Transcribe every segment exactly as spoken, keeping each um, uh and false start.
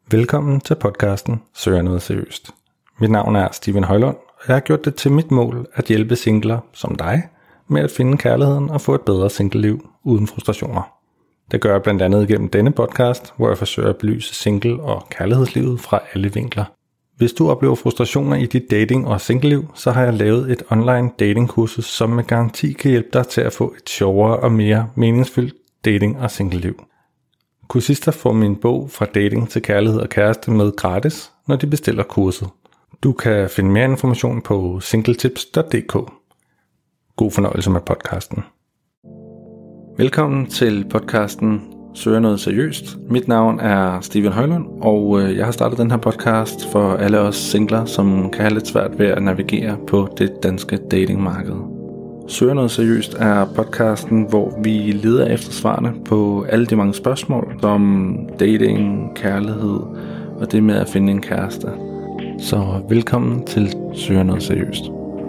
Velkommen til podcasten Søger noget seriøst. Mit navn er Steven Højlund, og jeg har gjort det til mit mål at hjælpe singler som dig med at finde kærligheden og få et bedre singleliv uden frustrationer. Det gør jeg blandt andet gennem denne podcast, hvor jeg forsøger at belyse single- og kærlighedslivet fra alle vinkler. Hvis du oplever frustrationer i dit dating- og singleliv, så har jeg lavet et online datingkursus, som med garanti kan hjælpe dig til at få et sjovere og mere meningsfyldt dating- og singleliv. Kursister får min bog Fra dating til kærlighed og kæreste med gratis, når de bestiller kurset. Du kan finde mere information på singletips punktum d k. God fornøjelse med podcasten. Velkommen til podcasten Søger noget seriøst. Mit navn er Steven Højlund, og jeg har startet den her podcast for alle os singler, som kan have lidt svært ved at navigere på det danske datingmarked. Søger noget seriøst er podcasten, hvor vi leder efter svarene på alle de mange spørgsmål som dating, kærlighed og det med at finde en kæreste. Så velkommen til Søger noget seriøst.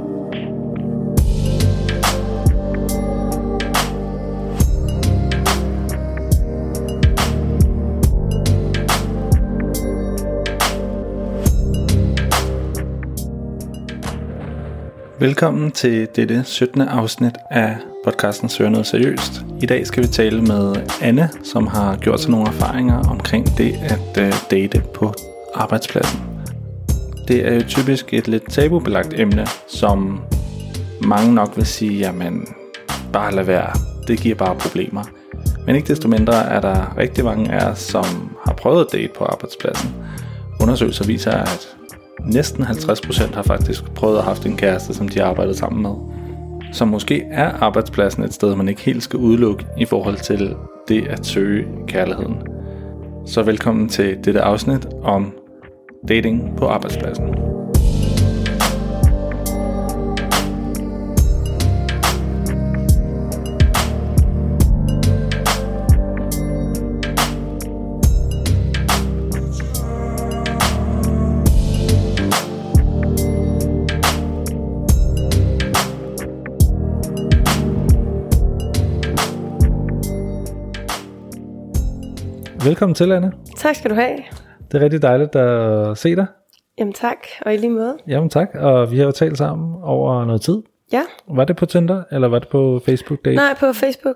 Velkommen til dette syttende afsnit af podcasten Søger noget seriøst. I dag skal vi tale med Anne, som har gjort sig nogle erfaringer omkring det at uh, date på arbejdspladsen. Det er jo typisk et lidt tabubelagt emne, som mange nok vil sige, jamen bare lad være, det giver bare problemer. Men ikke desto mindre er der rigtig mange af os, som har prøvet at date på arbejdspladsen. Undersøgelser viser, at næsten halvtreds procent har faktisk prøvet at have haft en kæreste, som de har arbejdet sammen med. Så måske er arbejdspladsen et sted, man ikke helt skal udelukke i forhold til det at søge kærligheden. Så velkommen til dette afsnit om dating på arbejdspladsen. Velkommen til, Anne. Tak skal du have. Det er rigtig dejligt at se dig. Jamen tak, og i lige måde. Jamen tak, og vi har jo talt sammen over noget tid. Ja. Var det på Tinder, eller var det på Facebook Date? Nej, på Facebook.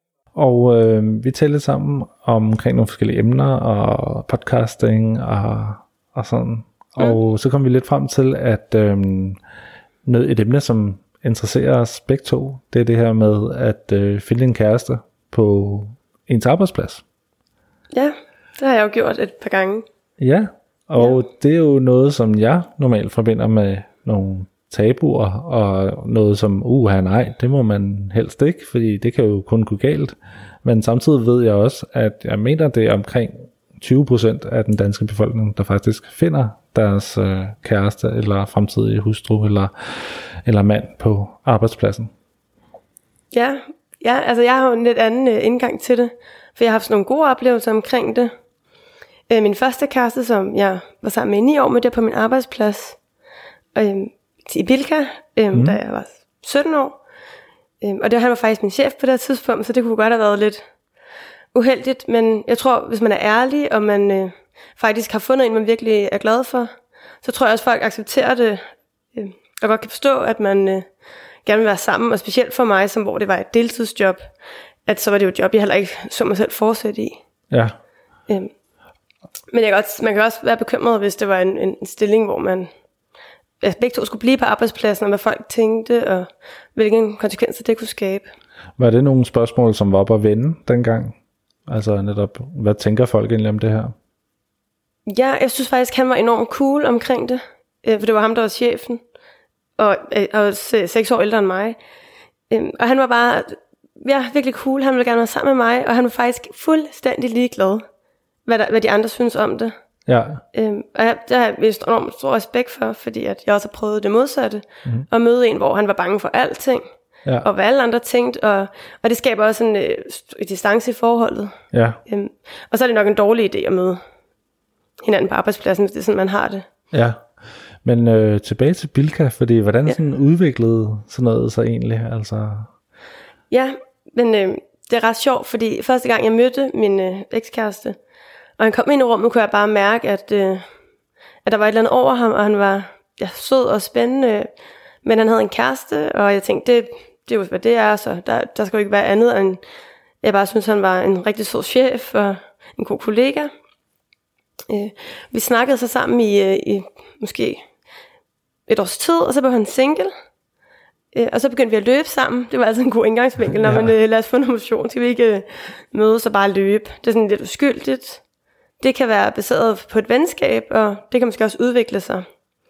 Og øh, vi talte sammen omkring nogle forskellige emner, og podcasting, og, og sådan. Mm. Og så kom vi lidt frem til, at øh, noget, et emne, som interesserer os begge to, det er det her med at øh, finde en kæreste på ens arbejdsplads. Ja, det har jeg jo gjort et par gange. Ja, og ja. Det er jo noget, som jeg normalt forbinder med nogle tabuer, og noget som, uha nej, det må man helst ikke, fordi det kan jo kun gå galt. Men samtidig ved jeg også, at jeg mener, det er omkring tyve procent af den danske befolkning, der faktisk finder deres øh, kæreste, eller fremtidige hustru, eller, eller mand på arbejdspladsen. Ja, ja, altså jeg har jo en lidt anden øh, indgang til det. For jeg har haft sådan nogle gode oplevelser omkring det. Øh, min første kæreste, som jeg var sammen med i ni år, med det på min arbejdsplads. Øh, I Bilka, øh, mm. da jeg var sytten år. Øh, og det, han var faktisk min chef på det tidspunkt, så det kunne godt have været lidt uheldigt. Men jeg tror, hvis man er ærlig, og man øh, faktisk har fundet en, man virkelig er glad for, så tror jeg også, at folk accepterer det. Øh, og godt kan forstå, at man øh, gerne vil være sammen. Og specielt for mig, som hvor det var et deltidsjob, at så var det jo et job, jeg heller ikke så mig selv fortsætte i. Ja. Øhm, men jeg kan også, man kan også være bekymret, hvis det var en, en stilling, hvor man altså begge to skulle blive på arbejdspladsen, og hvad folk tænkte, og hvilke konsekvenser det kunne skabe. Var det nogle spørgsmål, som var op at vende dengang? Altså netop, hvad tænker folk egentlig om det her? Ja, jeg synes faktisk, han var enormt cool omkring det, øh, for det var ham, der var chefen, og, øh, og seks år ældre end mig. Øh, og han var bare... Ja, virkelig cool. Han ville gerne være sammen med mig, og han var faktisk fuldstændig ligeglad, hvad, der, hvad de andre synes om det. Ja. Øhm, og jeg, det har jeg vist enormt stor respekt for, fordi at jeg også har prøvet det modsatte, mm-hmm. at møde en, hvor han var bange for alting, ja. Og hvad alle andre tænkte, og, og det skaber også en, øh, en distance i forholdet. Ja. Øhm, og så er det nok en dårlig idé at møde hinanden på arbejdspladsen, hvis det er sådan, man har det. Ja, men øh, tilbage til Bilka, fordi hvordan ja. sådan udviklede sådan noget så egentlig? Altså... Ja, men øh, det er ret sjovt, fordi første gang jeg mødte min øh, ekskæreste, Og han kom ind i rummet, kunne jeg bare mærke, at, øh, at der var et eller andet over ham, og han var ja, sød og spændende, men han havde en kæreste, og jeg tænkte, det, det er jo, hvad det er, så der, der skal jo ikke være andet, end jeg bare synes, han var en rigtig sød chef, og en god kollega. Øh, vi snakkede så sammen i, øh, i måske et års tid, og så blev han single. Øh, og så begyndte vi at løbe sammen. Det var altså en god indgangsvinkel, når ja. man øh, lader os få noget motion. Skal vi ikke øh, mødes og bare løbe? Det er sådan lidt uskyldigt. Det kan være baseret på et venskab, og det kan måske også udvikle sig.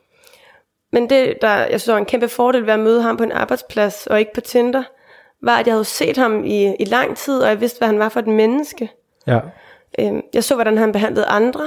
Men det, der jeg synes var en kæmpe fordel ved at møde ham på en arbejdsplads, og ikke på Tinder, var, at jeg havde set ham i, i lang tid, og jeg vidste, hvad han var for et menneske. Ja. Øh, jeg så, hvordan han behandlede andre.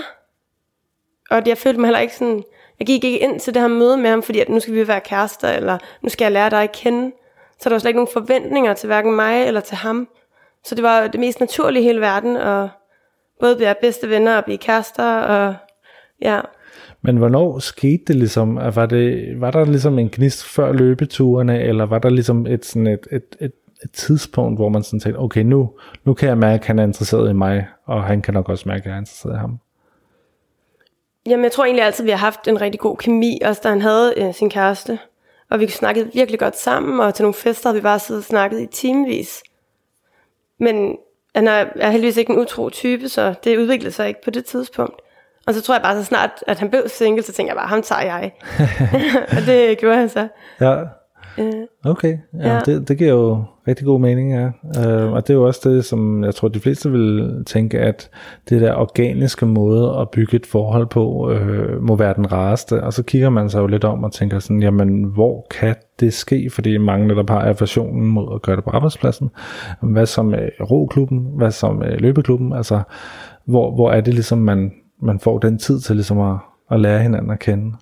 Og jeg følte mig heller ikke sådan... Jeg gik ikke ind til det her møde med ham, fordi at nu skal vi være kærester, eller nu skal jeg lære dig at kende. Så der var slet ikke nogen forventninger til hverken mig eller til ham. Så det var det mest naturlige i hele verden, at både blive bedste venner og blive kærester, og ja. Men hvornår skete det ligesom? Var, det, var der ligesom en gnist før løbeturene, eller var der ligesom et, sådan et, et, et, et tidspunkt, hvor man sådan tænkte, okay, nu, nu kan jeg mærke, at han er interesseret i mig, og han kan nok også mærke, at jeg er interesseret i ham? Jamen, jeg tror egentlig altid, vi har haft en rigtig god kemi, også da han havde øh, sin kæreste. Og vi snakkede virkelig godt sammen, og til nogle fester havde vi bare siddet og snakket i timevis. Men han er, er heldigvis ikke en utro type, så det udviklede sig ikke på det tidspunkt. Og så tror jeg bare så snart, at han blev single, så tænkte jeg bare, ham tager jeg. Og det gjorde han så. Ja. Okay, ja, ja. Det, det giver jo rigtig god mening, ja. uh, og det er jo også det, som jeg tror de fleste vil tænke, at det der organiske måde at bygge et forhold på uh, må være den rareste, og så kigger man sig jo lidt om og tænker sådan, jamen hvor kan det ske, fordi mange der bare er aversionen mod at gøre det på arbejdspladsen. Hvad som med roklubben, hvad som med løbeklubben, altså hvor, hvor er det ligesom man, man får den tid til ligesom at, at lære hinanden at kende?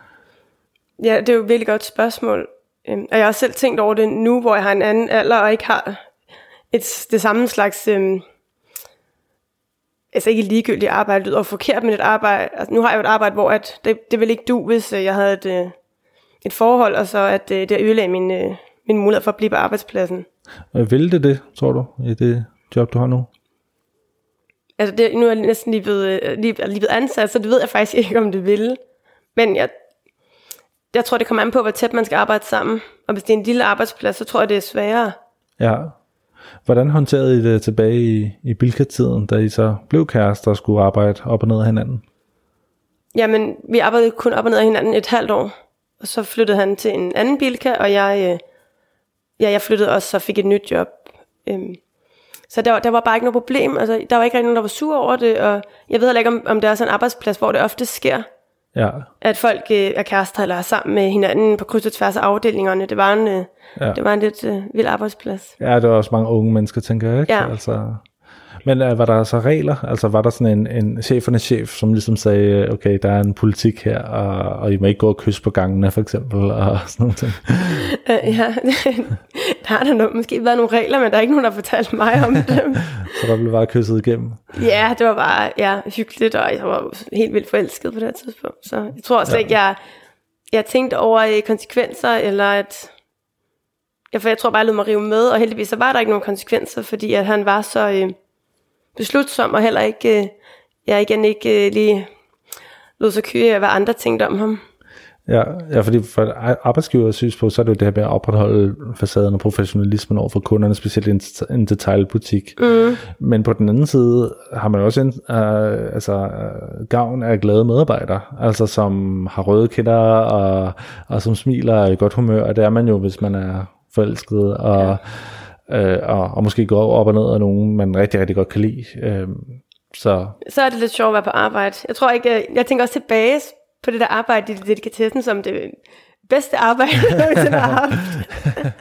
Ja, det er jo et virkelig godt spørgsmål. Og jeg har også selv tænkt over det nu, hvor jeg har en anden alder, og ikke har et, det samme slags, øhm, altså ikke ligegyldigt arbejde, det lyder forkert, men et arbejde, altså nu har jeg jo et arbejde, hvor at det, det ville ikke du, hvis jeg havde et, et forhold, og så at det ødelagde min, min mulighed for at blive på arbejdspladsen. Vil det det, tror du, i det job, du har nu? Altså det, nu er jeg næsten lige blevet, lige, lige blevet ansat, så det ved jeg faktisk ikke, om det ville. Men jeg Jeg tror, det kommer an på, hvor tæt man skal arbejde sammen. Og hvis det er en lille arbejdsplads, så tror jeg, det er sværere. Ja. Hvordan håndterede I det tilbage i, i Bilka-tiden, da I så blev kærester og skulle arbejde op og ned af hinanden? Jamen, vi arbejdede kun op og ned af hinanden et halvt år. Og så flyttede han til en anden Bilka, og jeg, ja, jeg flyttede også og fik et nyt job. Så der, der var bare ikke noget problem. Altså, der var ikke rigtig nogen, der var sur over det. Og jeg ved heller ikke, om, om det er sådan en arbejdsplads, hvor det ofte sker. Ja. At folk øh, er kærester eller er sammen med hinanden på kryds og tværs af afdelingerne. Det var en, øh, ja. det var en lidt øh, vild arbejdsplads. Ja, det var også mange unge mennesker, tænker jeg, ikke? Ja. Altså, men øh, var der så regler? Altså var der sådan en, en chefernes chef, som ligesom sagde, okay, der er en politik her, og, og I må ikke gå og kysse på gangene, for eksempel, og sådan noget ting? øh, ja, der har der nok, måske været nogle regler, men der er ikke nogen, der har fortalt mig om dem. Så der blev bare kysset igennem? Ja, det var bare ja, hyggeligt, og jeg var helt vildt forelsket på det tidspunkt. Så jeg tror slet ikke, jeg, jeg tænkte over konsekvenser, eller at... Ja, for jeg tror bare, jeg lød mig rive med, og heldigvis så var der ikke nogen konsekvenser, fordi at han var så... Øh, beslutsom, og heller ikke, øh, jeg igen ikke øh, lige lod sig køre af, hvad andre tænkte om ham. Ja, ja, fordi for arbejdsgiver synes på, så er det jo det her med at opretholde facaden og professionalismen over for kunderne, specielt en, en detailbutik. Mm. Men på den anden side har man også en øh, altså, gavn af glade medarbejdere, altså som har røde kinder og, og som smiler og i godt humør, og det er man jo, hvis man er forelsket og ja. Øh, og, og måske gå op og ned af nogen, man rigtig, rigtig godt kan lide. Øh, så. så er det lidt sjovt at være på arbejde. Jeg tror ikke, jeg, jeg tænker også tilbage på det der arbejde i delikatessen, som det bedste arbejde, jeg nogensinde har haft.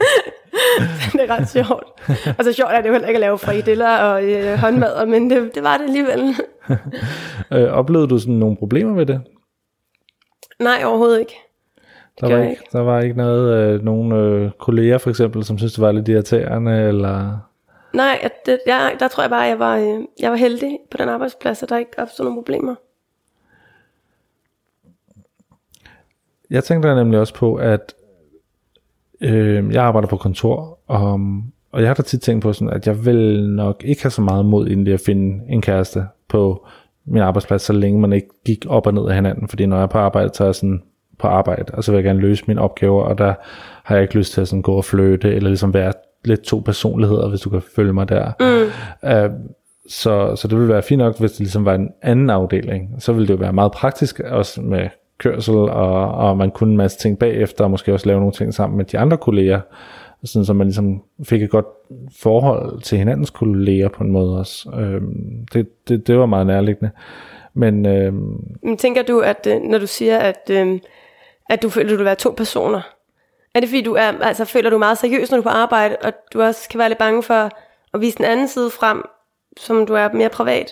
Det er ret sjovt. Og så sjovt er det jo heller ikke at lave frikadeller og øh, håndmad, men det, det var det alligevel. øh, oplevede du sådan nogle problemer ved det? Nej, overhovedet ikke. Der var, ikke, der var ikke noget, øh, nogen øh, kolleger for eksempel, som synes det var lidt irriterende, eller? Nej, det, jeg, der tror jeg bare, jeg var, øh, jeg var heldig på den arbejdsplads, og der ikke opstod nogle problemer. Jeg tænkte nemlig også på, at øh, jeg arbejder på kontor, og, og jeg har da tit tænkt på sådan, at jeg vil nok ikke have så meget mod egentlig at finde en kæreste på min arbejdsplads, så længe man ikke gik op og ned af hinanden, fordi når jeg er på arbejde, så er jeg sådan på arbejde, og så vil jeg gerne løse mine opgaver, og der har jeg ikke lyst til at sådan gå og flytte, eller ligesom være lidt to personligheder, hvis du kan følge mig der. Mm. Uh, så, så det ville være fint nok, hvis det ligesom var en anden afdeling. Så ville det jo være meget praktisk, også med kørsel, og, og man kunne en masse ting bagefter, og måske også lave nogle ting sammen med de andre kolleger, sådan så man ligesom fik et godt forhold til hinandens kolleger på en måde også. Uh, det, det, det var meget nærliggende. Men, uh, Men tænker du, at når du siger, at, uh, at du føler, at du vil være to personer, er det fordi du er, altså føler du meget seriøs, når du er på arbejde, og du også kan være lidt bange for at vise den anden side frem, som du er mere privat?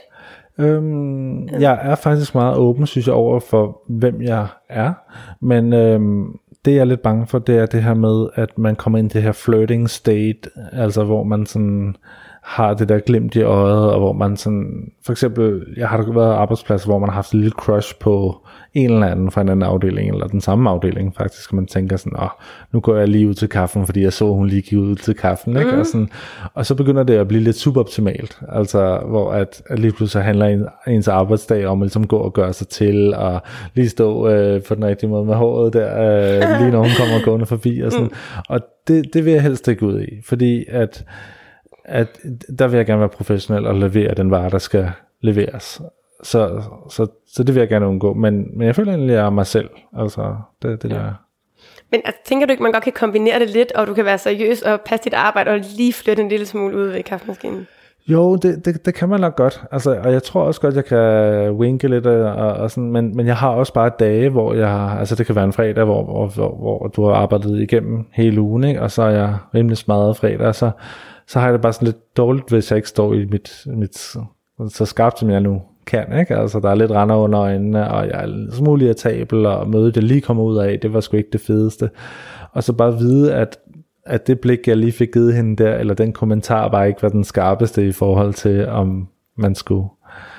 Øhm, ja. Jeg er faktisk meget åben, synes jeg, over for hvem jeg er, men øhm, det jeg er lidt bange for, det er det her med, at man kommer ind i det her flirting state, altså hvor man sådan har det der glimt i øjet, og hvor man sådan, for eksempel, jeg har været arbejdspladser, hvor man har haft et lille crush på en eller anden fra en anden afdeling, eller den samme afdeling faktisk, og man tænker sådan, åh, nu går jeg lige ud til kaffen, fordi jeg så, hun lige gik ud til kaffen, ikke? Mm. Og, sådan, og så begynder det at blive lidt suboptimalt, altså hvor at, at lige pludselig handler en, ens arbejdsdag om at ligesom gå og gøre sig til, og lige stå øh, på den rigtige måde med håret der, øh, lige når hun kommer gående forbi, og sådan, mm. og det, det vil jeg helst ikke ud i, fordi at at der vil jeg gerne være professionel og levere den vare, der skal leveres. Så, så, så det vil jeg gerne undgå. Men, men jeg føler egentlig, at jeg er mig selv. Altså, det, det ja. der. Men altså, tænker du ikke, man godt kan kombinere det lidt, og du kan være seriøs og passe dit arbejde, og lige flytte en lille smule ud ved kaffemaskinen? Jo, det, det, det kan man nok godt. Altså, og jeg tror også godt, jeg kan winke lidt, og, og sådan, men, men jeg har også bare dage, hvor jeg, altså det kan være en fredag, hvor, hvor, hvor, hvor du har arbejdet igennem hele ugen, ikke? Og så er jeg rimelig smadret fredag, så så har jeg det bare sådan lidt dårligt, hvis jeg ikke står i mit, mit så skarpt, som jeg nu kan, ikke? Altså, der er lidt render under øjnene, og jeg er en smule irritabel, og mødet, jeg lige kommer ud af, det var sgu ikke det fedeste. Og så bare vide, at, at det blik, jeg lige fik givet hende der, eller den kommentar, bare ikke var den skarpeste i forhold til, om man skulle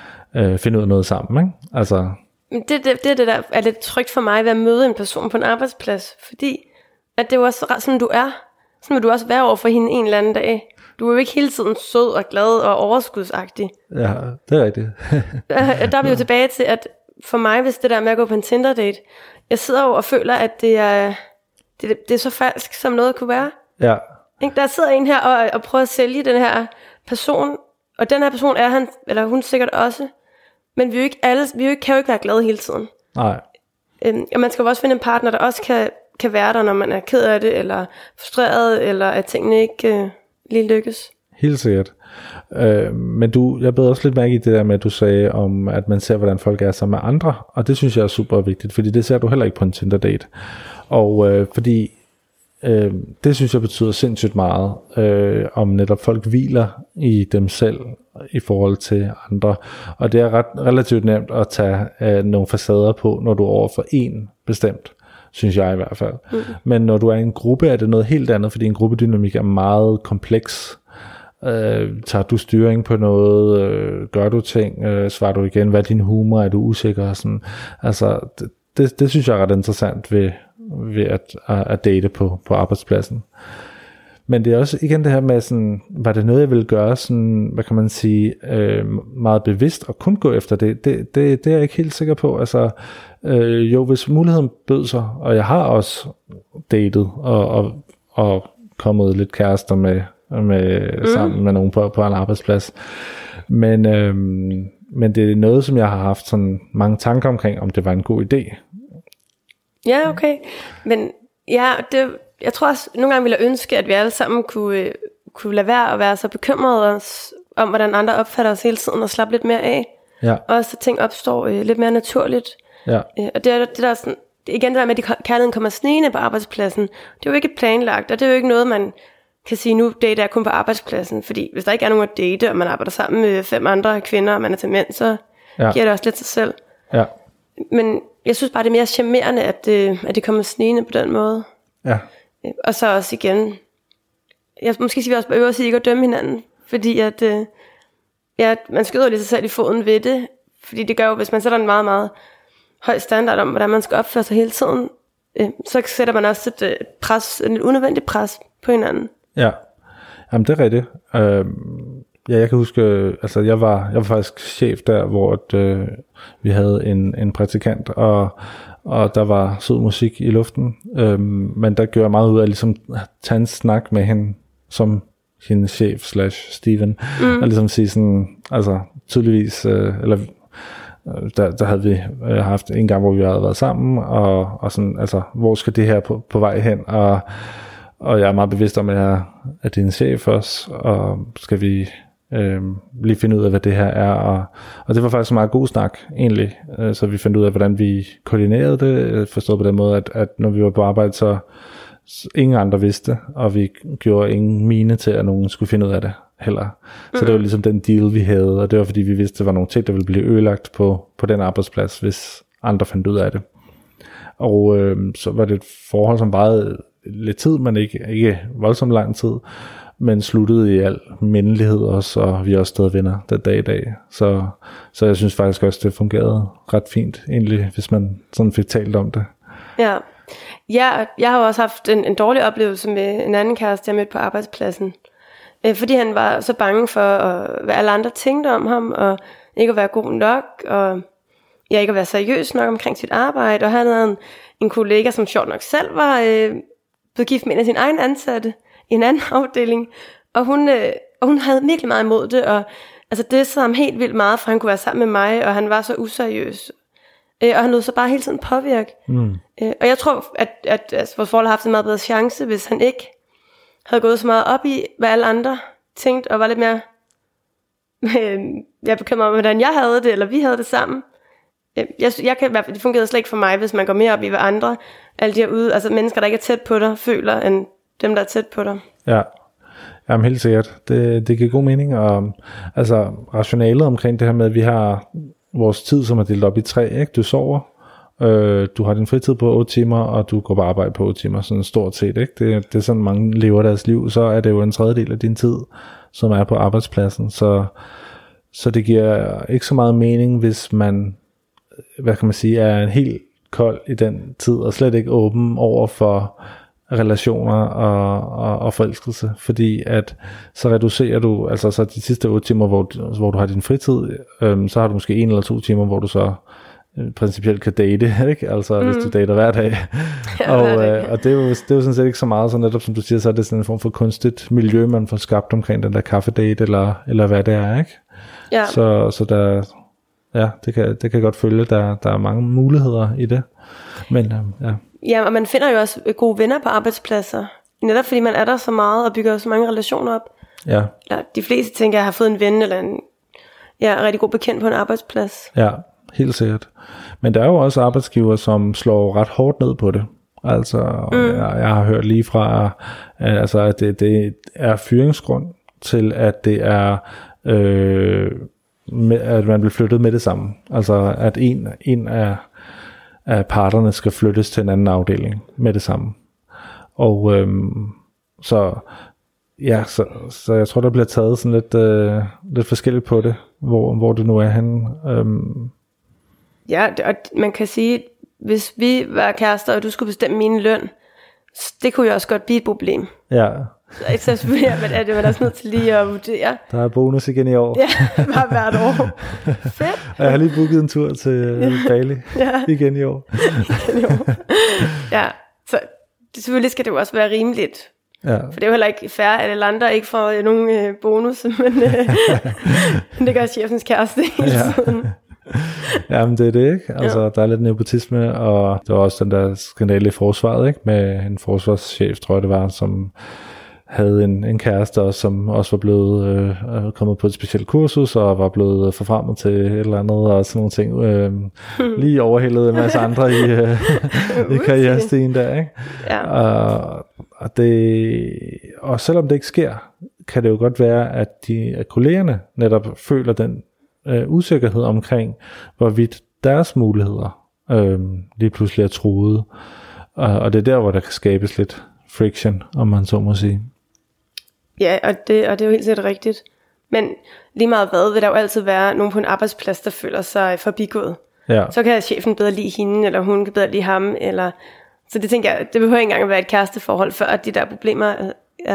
øh, finde ud af noget sammen, ikke? Altså. Det, det, det, det der er lidt trygt for mig, ved at møde en person på en arbejdsplads, fordi at det er jo også sådan, du er. Sådan vil du også være over for hende en eller anden dag. Du er jo ikke hele tiden sød og glad og overskudsagtig. Ja, det er rigtigt. der, der er vi jo tilbage til, at for mig, hvis det der med at gå på en Tinder-date, jeg sidder jo og føler, at det er, det, det er så falsk, som noget kunne være. Ja. Der sidder en her og, og prøver at sælge den her person, og den her person er han, eller hun sikkert også, men vi, er jo ikke alle, vi er jo ikke, kan jo ikke være glade hele tiden. Nej. Øhm, og man skal jo også finde en partner, der også kan, kan være der, når man er ked af det, eller frustreret, eller at tingene ikke øh, lige lykkes. Helt sikkert. Øh, men du, jeg bed også lidt mærke i det der med, at du sagde om, at man ser, hvordan folk er sammen med andre, og det synes jeg er super vigtigt, fordi det ser du heller ikke på en Tinder-date. Og øh, fordi øh, det synes jeg betyder sindssygt meget, øh, om netop folk hviler i dem selv i forhold til andre. Og det er ret relativt nemt at tage øh, nogle facader på, når du er over for en bestemt, synes jeg i hvert fald. Mm. Men når du er i en gruppe, er det noget helt andet, fordi en gruppedynamik er meget kompleks. Øh, tager du styring på noget, øh, gør du ting, øh, svarer du igen, hvad er din humor, er du usikker, sådan. Altså det, det, det synes jeg er ret interessant ved, ved at, at date på, på arbejdspladsen. Men det er også igen det her med sådan, var det noget jeg ville gøre sådan, hvad kan man sige, øh, meget bevidst og kun gå efter det, det, det, det er jeg ikke helt sikker på. Altså øh, jo, hvis muligheden bød sig, og jeg har også datet og, og, og kommet lidt kærester med, med mm. sammen med nogen på, på en arbejdsplads, men, øh, men det er noget som jeg har haft sådan mange tanker omkring, om det var en god idé. Ja, okay, men ja, det jeg tror også, nogle gange ville jeg ønske, at vi alle sammen kunne, kunne lade være at være så bekymrede os, om, hvordan andre opfatter os hele tiden, og slappe lidt mere af. Ja. Og så ting opstår øh, lidt mere naturligt. Ja. Øh, og det er det der sådan, igen det der med, at kærligheden kommer snigende på arbejdspladsen. Det er jo ikke planlagt, og det er jo ikke noget, man kan sige, nu dater jeg kun på arbejdspladsen. Fordi hvis der ikke er nogen at date, og man arbejder sammen med fem andre kvinder, og man er til mænd, så ja. giver det også lidt sig selv. Ja. Men jeg synes bare, det er mere charmerende, at, øh, at det kommer snigende på den måde. Ja. Og så også igen, jeg måske skal vi også øve os i ikke at dømme hinanden, fordi at, øh, ja, man skyder lige sig selv i foden ved det, fordi det gør jo, hvis man sætter en meget, meget høj standard om, hvordan man skal opføre sig hele tiden, øh, så sætter man også et øh, pres, et unødvendigt pres på hinanden. Ja, jamen det er rigtigt. Øh, ja, jeg kan huske, altså jeg var, jeg var faktisk chef der, hvor at, øh, vi havde en, en praktikant, og, og der var sød musik i luften, øh, men der gjorde jeg meget ud af ligesom at tage en snak med hende, som hendes chef slash Steven, mm. og ligesom sige sådan, altså tydeligvis, øh, eller der, der havde vi øh, haft en gang, hvor vi havde været sammen, og, og sådan, altså, hvor skal det her på, på vej hen, og, og jeg er meget bevidst om, at jeg er din chef også, og skal vi øh, lige finde ud af, hvad det her er, og, og det var faktisk en meget god snak, egentlig, øh, så vi fandt ud af, hvordan vi koordinerede det, forstået på den måde, at, at når vi var på arbejde, så ingen andre vidste, og vi gjorde ingen mine til, at nogen skulle finde ud af det heller. Så mm. det var ligesom den deal, vi havde, og det var fordi, vi vidste, at der var nogle ting, der ville blive ødelagt på, på den arbejdsplads, hvis andre fandt ud af det. Og øh, så var det et forhold, som varede lidt tid, men ikke, ikke voldsomt lang tid, men sluttede i al mindelighed også, og vi er også stadig venner den dag i dag. Så, så jeg synes faktisk også, det fungerede ret fint, egentlig, hvis man sådan fik talt om det. Ja. Ja, jeg har jo også haft en, en dårlig oplevelse med en anden kæreste, jeg mødte på arbejdspladsen. Øh, fordi han var så bange for, at, hvad alle andre tænkte om ham, og ikke at være god nok, og ja, ikke at være seriøs nok omkring sit arbejde. Og han havde en, en kollega, som sjovt nok selv var øh, blevet gift med en af sine egne ansatte i en anden afdeling. Og hun, øh, og hun havde virkelig meget imod det, og altså, det sad ham helt vildt meget, for han kunne være sammen med mig, og han var så useriøs. Øh, og han lød så bare hele tiden påvirke. Mm. Øh, og jeg tror, at, at altså, vores forhold har haft en meget bedre chance, hvis han ikke havde gået så meget op i, hvad alle andre tænkte, og var lidt mere øh, jeg bekymrede om, hvordan jeg havde det, eller vi havde det sammen. Øh, jeg, jeg kan, det fungerede slet ikke for mig, hvis man går mere op i, hvad andre, alle de her ude, altså mennesker, der ikke er tæt på dig, føler, end dem, der er tæt på dig. Ja, jamen helt sikkert. Det, det giver god mening, og altså rationalet omkring det her med, at vi har vores tid, som er delt op i tre, ikke? Du sover, øh, du har din fritid på otte timer, og du går på arbejde på otte timer, sådan stort set, ikke? Det, det er sådan, mange lever deres liv, så er det jo en tredjedel af din tid, som er på arbejdspladsen, så, så det giver ikke så meget mening, hvis man, hvad kan man sige, er en helt kold i den tid, og slet ikke åben over for relationer og, og, og forelskelse, fordi at så reducerer du, altså så de sidste otte timer, hvor, hvor du har din fritid, øhm, så har du måske en eller to timer, hvor du så øh, principielt kan date, ikke? Altså mm. hvis du dater hver dag. Ja, og, hver dag. Øh, og det er, jo, det er jo sådan set ikke så meget, så netop som du siger, så er det sådan en form for kunstigt miljø, man får skabt omkring den der kaffedate, eller, eller hvad det er, ikke? Ja. Så, så der, ja, det kan, det kan godt følge, der, der er mange muligheder i det. Men øh, ja. Ja, og man finder jo også gode venner på arbejdspladser. Netop fordi man er der så meget og bygger så mange relationer op. Ja. Eller de fleste tænker, at jeg har fået en ven eller en ja, rigtig god bekendt på en arbejdsplads. Ja, helt sikkert. Men der er jo også arbejdsgiver, som slår ret hårdt ned på det. Altså, mm. jeg, jeg har hørt lige fra, altså, at det, det er fyringsgrund til, at det er, øh, med, at man bliver flyttet med det samme. Altså, at en, en af at parterne skal flyttes til en anden afdeling med det samme. Og øhm, så ja, så, så jeg tror, der bliver taget sådan lidt, øh, lidt forskelligt på det, hvor, hvor det nu er henne. Øhm. Ja, og man kan sige, hvis vi var kærester, og du skulle bestemme min løn, det kunne jo også godt blive et problem. Ja. Så selvfølgelig er det, man er også nødt til lige at vurdere. Der er bonus igen i år. Ja, bare hvert år. Fedt. Og jeg har lige booket en tur til ja. Bali ja. igen i år. igen i år. Ja, så det, selvfølgelig skal det jo også være rimeligt. Ja. For det er jo heller ikke fair, at alle andre ikke får øh, nogen øh, bonus, men øh, det gør chefens kæreste hele ja. tiden. Jamen det er det, ikke? Altså ja. Der er lidt nepotisme, og der var også den der skandale i forsvaret, ikke? Med en forsvarschef, tror jeg det var, som havde en, en kæreste også, som også var blevet øh, kommet på et specielt kursus, og var blevet forfremmet til et eller andet, og sådan nogle ting. Øh, lige overhældet en masse andre i, øh, i karrierestigen der, ikke? Ja. Og, og, det, og selvom det ikke sker, kan det jo godt være, at, de, at kollegerne netop føler den øh, usikkerhed omkring, hvorvidt deres muligheder øh, lige pludselig er truet. Og, og det er der, hvor der kan skabes lidt friction, om man så må sige. Ja, og det, og det er jo helt sikkert rigtigt. Men lige meget hvad, vil der jo altid være nogen på en arbejdsplads, der føler sig forbigået. Ja. Så kan chefen bedre lide hende, eller hun kan bedre lide ham. Eller... Så det tænker jeg, det behøver ikke engang at være et kæresteforhold, før at de der problemer er der.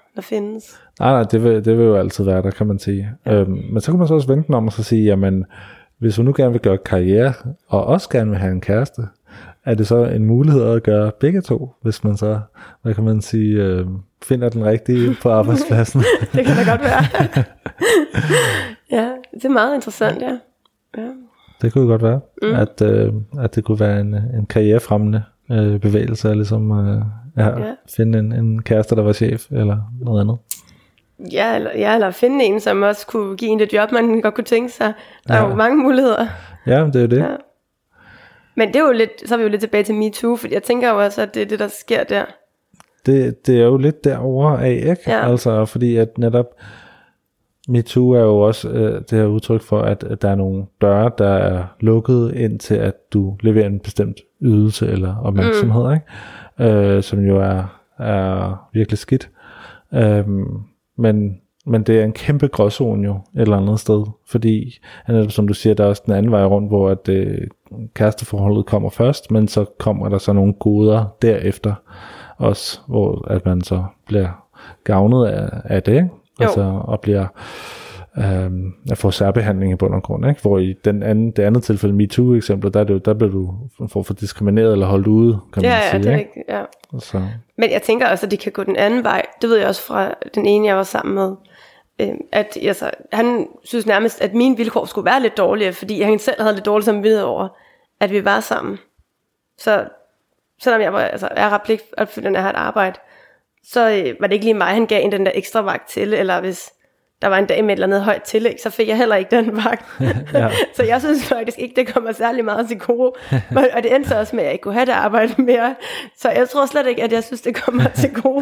der findes. Nej, nej, det vil, det vil jo altid være der, kan man sige. Ja. Øhm, men så kan man så også vente den om og så sige, jamen, hvis hun nu gerne vil gøre karriere, og også gerne vil have en kæreste, er det så en mulighed at gøre begge to, hvis man så, hvad kan man sige, øh, finder den rigtige på arbejdspladsen? Det kan da godt være. Ja, det er meget interessant, ja. Ja. Det kunne godt være, mm. at, øh, at det kunne være en, en karrierefremmende øh, bevægelse, ligesom øh, ja, ja. finde en, en kæreste, der var chef, eller noget andet. Ja eller, ja, eller finde en, som også kunne give en det job, man godt kunne tænke sig. Der ja. er jo mange muligheder. Ja, det er jo det. Ja. Men det er jo lidt, så er vi jo lidt tilbage til MeToo, fordi jeg tænker jo også, at det er det, der sker der. Det, det er jo lidt derovre af, ikke? Ja. Altså, fordi at netop MeToo er jo også øh, det her udtryk for, at, at der er nogle døre, der er lukket ind til, at du leverer en bestemt ydelse eller opmærksomhed, mm. ikke? Øh, som jo er, er virkelig skidt. Øhm, men, men det er en kæmpe gråzone jo et eller andet sted, fordi som du siger, der er også den anden vej rundt, hvor at øh, kæresteforholdet kommer først, men så kommer der så nogle goder derefter også, hvor at man så bliver gavnet af, af det, ikke? Altså, og bliver øhm, at få særbehandling i bund og grund, ikke? Hvor i den anden, det andet tilfælde, MeToo-eksemplet, der, der bliver du for, for diskrimineret eller holdt ude, kan man ja, sige. Ja, det er ikke? Ja. Så. Men jeg tænker også, at det kan gå den anden vej. Det ved jeg også fra den ene, jeg var sammen med. Øhm, at altså, han synes nærmest, at mine vilkår skulle være lidt dårligere, fordi han selv havde lidt dårligt samvittighed over, at vi var sammen. Så selvom jeg var, altså, er ret pligtopfyldende at have et arbejde, så øh, var det ikke lige mig, han gav en den der ekstra vagt til, eller hvis der var en dag med et eller andet højt tillæg, så fik jeg heller ikke den vagt. Ja. Så jeg synes faktisk ikke, det kommer særlig meget til gode. Og det endte så også med, at jeg ikke kunne have det arbejde mere. Så jeg tror slet ikke, at jeg synes, det kommer til gode.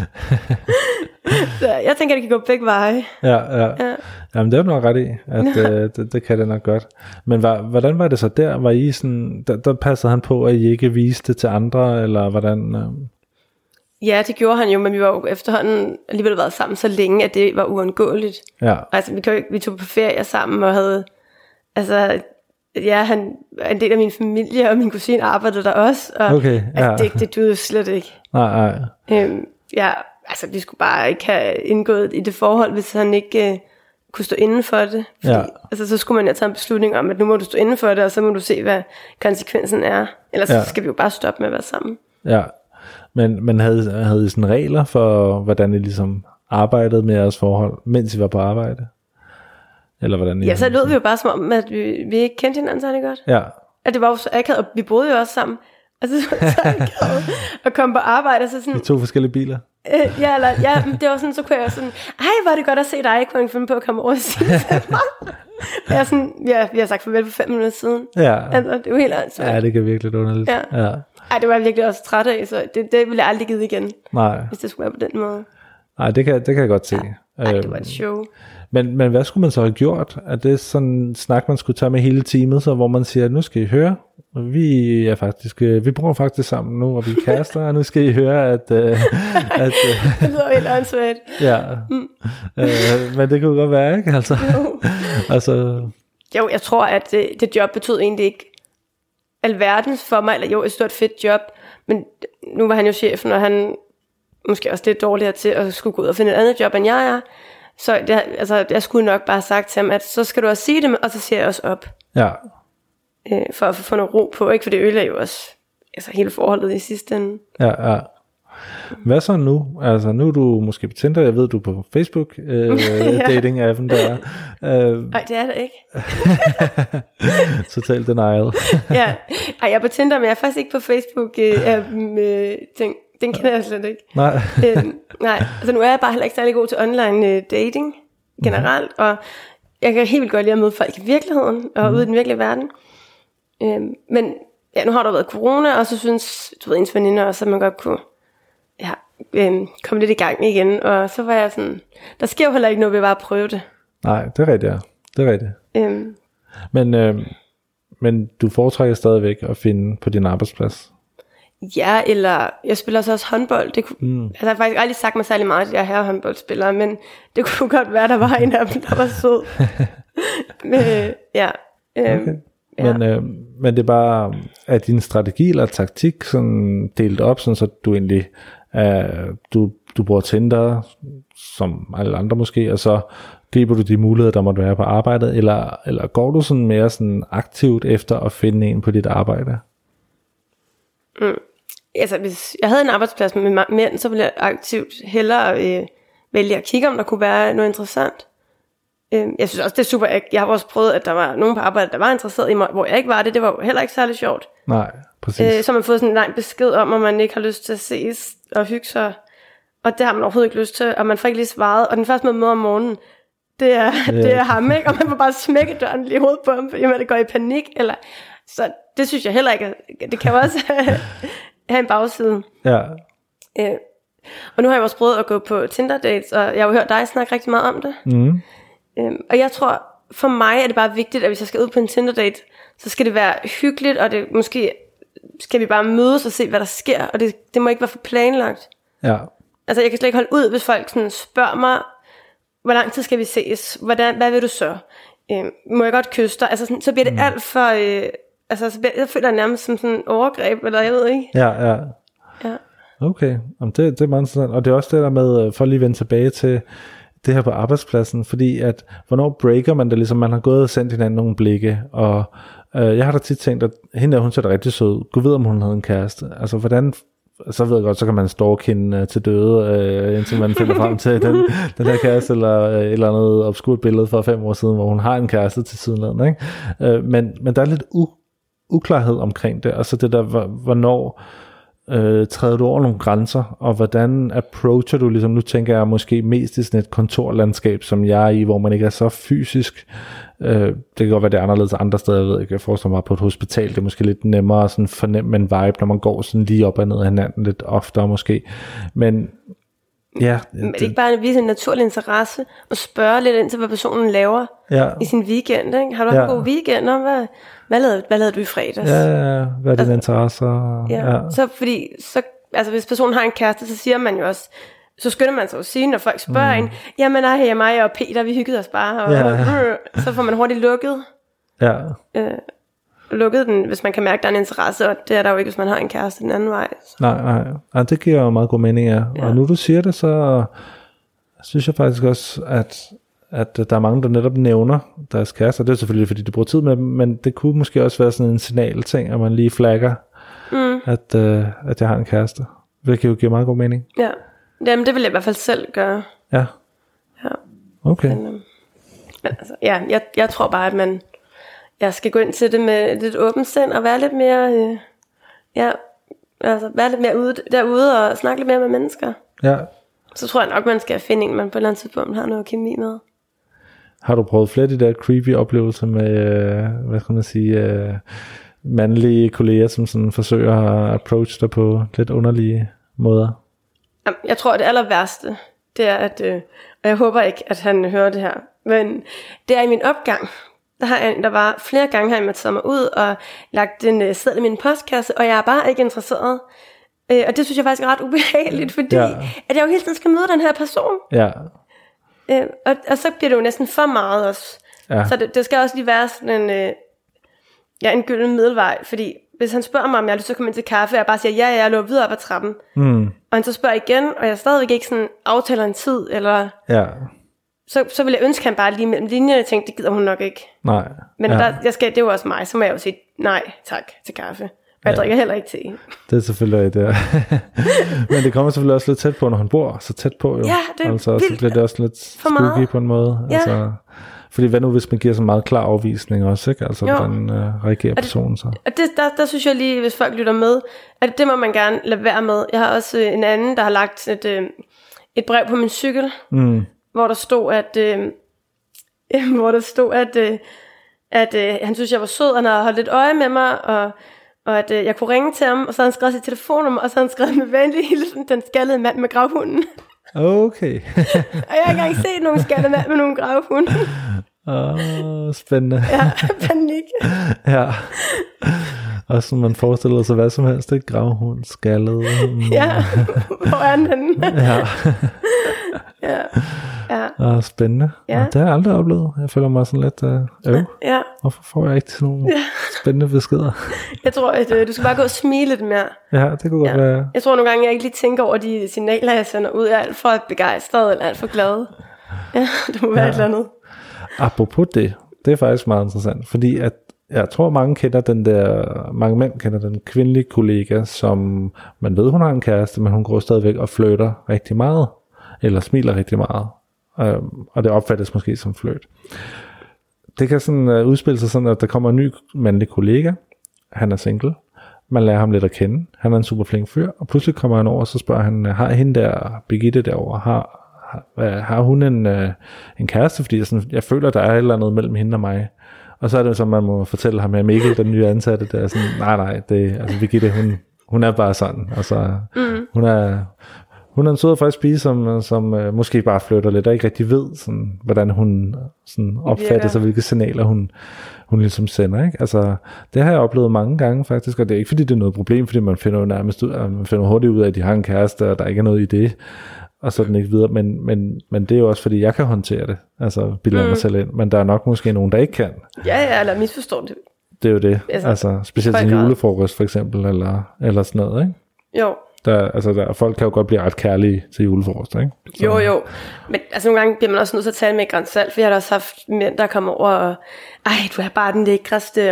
Så jeg tænker, at det kan gå begge veje. Ja, ja. ja. Jamen det er jo nok ret i, at øh, det, det kan det nok godt. Men var, hvordan var det så der? Var I sådan, der, der passede han på, at I ikke viste det til andre, eller hvordan... Øh... Ja, det gjorde han jo, men vi var jo efterhånden alligevel været sammen så længe, at det var uundgåeligt. Ja. Altså, vi, kan, vi tog på ferie sammen og havde, altså, ja, han var en del af min familie, og min kusine arbejdede der også, og okay, ja. altså, det, det duede slet ikke. Nej, nej. Øhm, ja, altså, vi skulle bare ikke have indgået i det forhold, hvis han ikke øh, kunne stå inden for det. Fordi, ja. Altså, så skulle man ja tage en beslutning om, at nu må du stå inden for det, og så må du se, hvad konsekvensen er. Ellers ja. skal vi jo bare stoppe med at være sammen. Ja. Men, men havde, havde I sådan regler for, hvordan I ligesom arbejdede med jeres forhold, mens I var på arbejde? Eller hvordan I ja, så lød vi jo bare som om, at vi, vi ikke kendte hinanden særlig godt. Ja. At det var jo så akavet, og vi boede jo også sammen. Altså, så var det så akavet at komme på arbejde. Så sådan, I to forskellige biler? Øh, ja, eller, ja, det var sådan, så kunne jeg sådan, ej, hvor er det godt at se dig, kunne jeg finde på at komme over og sige til mig. Og jeg sådan, ja, vi har sagt farvel for fem minutter siden. Ja. Altså, det er jo helt ansvaret. Ja, det kan virkelig underligt. Ja. Ja. Ej, det var jeg virkelig også træt af, så det, det ville jeg aldrig give igen. Nej. Hvis det skulle være på den måde. Nej, det kan, det kan jeg godt se. Ja. Ej, det var et show. Men, men hvad skulle man så have gjort? Er det sådan en snak, man skulle tage med hele teamet, så hvor man siger, nu skal I høre, vi er faktisk, vi bor faktisk sammen nu, og vi er kærester, og nu skal I høre, at... Uh, at uh, det lyder helt åndssvagt. Ja, mm. uh, men det kunne godt være, ikke? Altså, jo. altså, jo, jeg tror, at det, det job betød egentlig ikke alverdens for mig, eller jo, et stort fedt job, men nu var han jo chefen, og han måske også lidt dårligere til at skulle gå ud og finde et andet job, end jeg er. Så det, altså, jeg skulle nok bare have sagt til ham, at så skal du også sige det, og så siger jeg også op. Ja. Øh, for at få noget ro på, ikke? For det ødelægger jo også altså, hele forholdet i sidste ende. Ja, ja. Hvad så nu? Altså nu er du måske på Tinder, jeg ved du er på Facebook øh, ja. Dating-appen der. Øh, Nej, det er det ikke. Totalt denial. Ja, ej, jeg er på Tinder, men jeg er faktisk ikke på Facebook-appen. Øh, ting. Den kender jeg slet ikke. Nej. øhm, nej, altså nu er jeg bare heller ikke særlig god til online øh, dating generelt, mm. og jeg kan helt vildt godt lide at møde folk i virkeligheden, og mm. ude i den virkelige verden. Øhm, men ja, nu har der været corona, og så synes du ved, ens veninder også, at man godt kunne ja, øhm, komme lidt i gang igen, og så var jeg sådan, der sker jo heller ikke noget ved bare at prøve det. Nej, det er rigtigt, ja. Det er rigtigt. Øhm. Men, øh, men du foretrækker stadigvæk at finde på din arbejdsplads? Ja, eller jeg spiller så også håndbold. Det kunne, mm. altså, jeg har faktisk aldrig sagt mig særlig meget, at jeg er her håndboldspiller, men det kunne godt være, der var en af dem, der var sød. men, ja. Øhm, okay. ja. Men, øh, men det er bare, er din strategi eller taktik sådan delt op, sådan, så du egentlig Uh, du, du bruger Tinder, som alle andre måske, og så griber du de muligheder, der måtte være på arbejdet, eller, eller går du sådan mere sådan aktivt efter at finde en på dit arbejde? Mm. Altså, hvis jeg havde en arbejdsplads med mænd, så ville jeg aktivt hellere øh, vælge at kigge, om der kunne være noget interessant. Øh, jeg synes også, det er super. Jeg har også prøvet, at der var nogen på arbejde, der var interesseret i mig, hvor jeg ikke var det. Det var jo heller ikke særlig sjovt. Nej, præcis. Øh, så har man fået sådan en lang besked om, at man ikke har lyst til at ses og hygge sig. Og det har man overhovedet ikke lyst til, og man får ikke lige svaret. Og den første møde om morgenen, det er, ja. det er ham, ikke? Og man får bare smække døren lige i hovedet på ham, fordi man det går i panik. Eller... Så det synes jeg heller ikke. Det kan jo også have en bagside. Ja. Øh, og nu har jeg også prøvet at gå på Tinder dates, og jeg har jo hørt dig snakke rigtig meget om det. Mm. Øh, og jeg tror, for mig er det bare vigtigt, at hvis jeg skal ud på en Tinder date, så skal det være hyggeligt, og det måske skal vi bare mødes og se, hvad der sker, og det, det må ikke være for planlagt. Ja. Altså jeg kan slet ikke holde ud, hvis folk sådan spørger mig, hvor lang tid skal vi ses? Hvordan, hvad vil du så? Øh, må jeg godt kysse dig? Altså sådan, så bliver det mm. alt for... Øh, altså så bliver, jeg føler jeg nærmest som sådan en overgreb, eller jeg ved ikke. Ja, ja. Ja. Okay, det, det er meget interessant. Og det er også det der med, for at lige vende tilbage til det her på arbejdspladsen, fordi at, hvornår breaker man det, ligesom man har gået og sendt hinanden nogle blikke, og øh, jeg har da tit tænkt, at hende der, hun ser da rigtig sød, Gud ved, om hun havde en kæreste. Altså, hvordan... Så ved jeg godt, så kan man stalke hende uh, til døde, uh, indtil man finder frem til den, den her kæreste, eller uh, et eller andet obskurt billede fra fem år siden, hvor hun har en kæreste til sidelandet, ikke? Uh, men, men der er lidt u- uklarhed omkring det, og så det der, hvornår uh, træder du over nogle grænser, og hvordan approacher du, ligesom nu tænker jeg måske mest i sådan et kontorlandskab, som jeg er i, hvor man ikke er så fysisk. Uh, det kan godt være, det er anderledes andre steder, jeg ved ikke, jeg forestiller mig på et hospital, det er måske lidt nemmere at sådan fornemme en vibe, når man går sådan lige op og ned af hinanden lidt oftere måske, men ja. Men det er ikke bare at vise en naturlig interesse, og spørge lidt ind til, hvad personen laver ja. i sin weekend, ikke? Har du haft ja. en god weekend? Hvad, hvad, lavede, hvad lavede du i fredags? Ja, ja, hvad er dine altså, interesser? Ja. ja, så fordi, så, altså hvis personen har en kæreste, så siger man jo også, så skynder man sig at sige, når folk spørger mm. en, jamen ej, mig og Peter, vi hyggede os bare, og, ja. og så får man hurtigt lukket. Ja. Øh, lukket den, hvis man kan mærke, der er en interesse, og det er der jo ikke, hvis man har en kæreste den anden vej. Så. Nej, nej, ja, det giver jo meget god mening, ja. ja. Og nu du siger det, så synes jeg faktisk også, at, at der er mange, der netop nævner deres kærester. Det er selvfølgelig, fordi de bruger tid med dem, men det kunne måske også være sådan en signalting, at man lige flagger, mm. at, øh, at jeg har en kæreste. Hvilket jo giver meget god mening. Ja. Jamen, det vil jeg i hvert fald selv gøre. Ja. Ja. Okay. Men, øhm, men altså, ja, jeg, jeg tror bare, at man, jeg skal gå ind til det med lidt åbent sind, og være lidt mere, øh, ja, altså være lidt mere ude, derude, og snakke lidt mere med mennesker. Ja. Så tror jeg nok, man skal finde en, man på et eller andet tidspunkt har noget kemi med. Har du prøvet flere af de der creepy oplevelser med, øh, hvad skal man sige, øh, mandlige kolleger, som sådan forsøger at approach dig på lidt underlige måder? Jeg tror, det aller værste, det er, at, øh, og jeg håber ikke, at han hører det her, men det er i min opgang. Der, har jeg, der var flere gange, har jeg måttet tage mig ud og lagt en øh, seddel i min postkasse, og jeg er bare ikke interesseret. Øh, og det synes jeg faktisk er ret ubehageligt, fordi ja. at jeg jo hele tiden skal møde den her person. Ja. Øh, og, og så bliver det jo næsten for meget også. Ja. Så det, det skal også lige være sådan en, øh, ja, en gylden middelvej, fordi hvis han spørger mig, om jeg har lyst til at komme ind til kaffe, og jeg bare siger, ja, ja, jeg løber videre op ad trappen, mm. og han så spørger igen, og jeg stadigvæk ikke sådan aftaler en tid, eller ja. så, så vil jeg ønske, at han bare lige mellem linjerne tænkte, det gider hun nok ikke. Nej. Men ja. der, jeg skal, det er jo også mig, så må jeg jo sige, nej, tak til kaffe. Og jeg ja. drikker heller ikke te. Det er selvfølgelig det. Men det kommer selvfølgelig også lidt tæt på, når han bor så tæt på. Jo. Ja, det er altså, vildt. Så bliver det også lidt spooky på en måde. Ja. Altså, fordi hvad nu, hvis man giver så meget klar afvisning også, ikke? Altså, jo. Hvordan øh, reagerer personen så? Og det, der, der synes jeg lige, hvis folk lytter med, at det må man gerne lade være med. Jeg har også øh, en anden, der har lagt et, øh, et brev på min cykel, mm. hvor der stod, at, øh, hvor der stod, at, øh, at øh, han synes, jeg var sød, han havde holdt lidt øje med mig, og, og at øh, jeg kunne ringe til ham, og så havde han skrevet sit telefonnummer, og så havde han skrevet med venlig hilsen, den skaldede mand med gravhunden. Okay. Og jeg har ikke engang set nogen skaldede mand med nogen gravhunde. Åh, oh, spændende. Ja, panik. Ja. Og så man forestiller sig hvad som helst, ikke? Gravhund, skaldet. Mm. Ja, hvor er den henne? Ja. Ja. Ja. Og spændende. Ja. Og det har jeg aldrig oplevet. Jeg føler mig sådan lidt øh, øv. Ja. Hvorfor får jeg ikke sådan nogle ja. spændende beskeder? Jeg tror, at øh, du skal bare gå og smile lidt mere. Ja, det kunne godt ja. være. Jeg tror nogle gange, jeg ikke lige tænker over de signaler, jeg sender ud. Jeg er alt for begejstret eller alt for glad. Ja, det må være ja. et eller andet. Apropos det, det er faktisk meget interessant, fordi at jeg tror, mange kender den der, mange mænd kender den kvindelige kollega, som man ved, hun har en kæreste, men hun går stadigvæk og flirter rigtig meget, eller smiler rigtig meget, øhm, og det opfattes måske som flirt. Det kan sådan uh, udspille sig sådan, at der kommer en ny mandlig kollega, han er single, man lærer ham lidt at kende, han er en super flink fyr, og pludselig kommer han over, og så spørger han, har hende der, Birgitte derovre, har, har, har hun en, uh, en kæreste, fordi jeg, sådan, jeg føler, der er et eller andet mellem hende og mig. Og så er det som man må fortælle ham, at Mikkel, den nye ansatte, der er sådan, nej, nej, det, altså Birgitte, hun, hun er bare sådan. Altså, mm. hun er, hun er en sød og frisk pige, som, som uh, måske bare flytter lidt, og ikke rigtig ved, sådan, hvordan hun sådan, opfatter sig, hvilke signaler hun, hun ligesom sender. Ikke? Altså, det har jeg oplevet mange gange faktisk, og det er ikke fordi, det er noget problem, fordi man finder jo nærmest ud, man finder hurtigt ud af, at de har en kæreste, og der ikke er noget i det, og sådan ikke videre, men, men, men det er jo også fordi, jeg kan håndtere det, altså bilder mm. mig selv ind, men der er nok måske nogen, der ikke kan. Ja, ja, eller misforstår det. Det er jo det, altså, altså specielt en julefrokost for eksempel, eller, eller sådan noget, ikke? Jo. Der, altså der, folk kan jo godt blive ret kærlige til julefrokost, ikke? Så. Jo, jo, men altså nogle gange bliver man også nødt til at tale med græns salt, for jeg har da også haft mænd, der kommer over og, ej, du er bare den lækreste,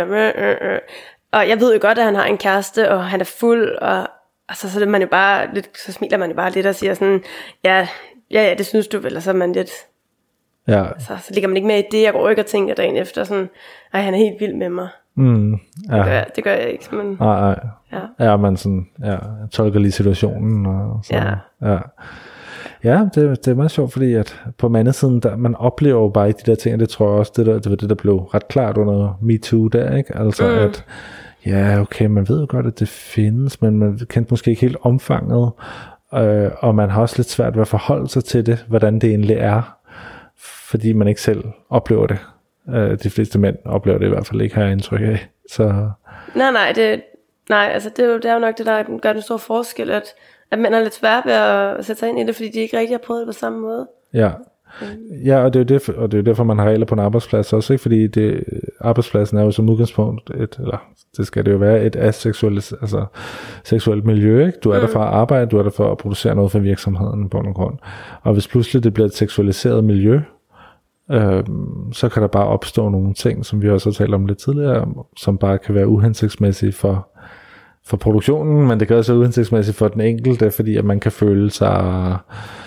og jeg ved jo godt, at han har en kæreste, og han er fuld, og altså, så, er man jo bare lidt, så smiler man jo bare lidt og siger sådan, ja, ja, ja, det synes du vel, og så er man lidt, ja. så, så ligger man ikke med i det, jeg går ikke og tænker dagen efter, sådan, ej, han er helt vild med mig. Mm, ja. det, gør jeg, det gør jeg ikke, men nej, nej. Ja. Ja, man sådan, ja, jeg tolker lige situationen, og så, ja. ja. Ja, det, det er meget sjovt, fordi at på mandesiden, der, man oplever jo bare ikke de der ting, og det tror jeg også, det, der, det var det, der blev ret klart under MeToo der, ikke? Altså, mm. at ja, okay, man ved jo godt, at det findes, men man kendte måske ikke helt omfanget, øh, og man har også lidt svært ved at forholde sig til det, hvordan det egentlig er, fordi man ikke selv oplever det. Øh, de fleste mænd oplever det i hvert fald ikke, har jeg indtryk af. Så. Nej, nej, det, nej altså det, er jo, det er jo nok det, der gør den store forskel, at, at mænd er lidt svære ved at sætte sig ind i det, fordi de ikke rigtig har prøvet det på samme måde. Ja. Ja, og det er jo derfor, og det er jo derfor man har regler på en arbejdsplads også, ikke? Fordi det, arbejdspladsen er jo som udgangspunkt et, eller det skal det jo være, et aseksuelt, altså seksuelt miljø, ikke? Du er mm. der for at arbejde, du er der for at producere noget for virksomheden på en grund. Og hvis pludselig det bliver et seksualiseret miljø, øh, så kan der bare opstå nogle ting, som vi også har talt om lidt tidligere, som bare kan være uhensigtsmæssige for for produktionen, men det kan også være uhensigtsmæssigt for den enkelte, fordi at man kan føle sig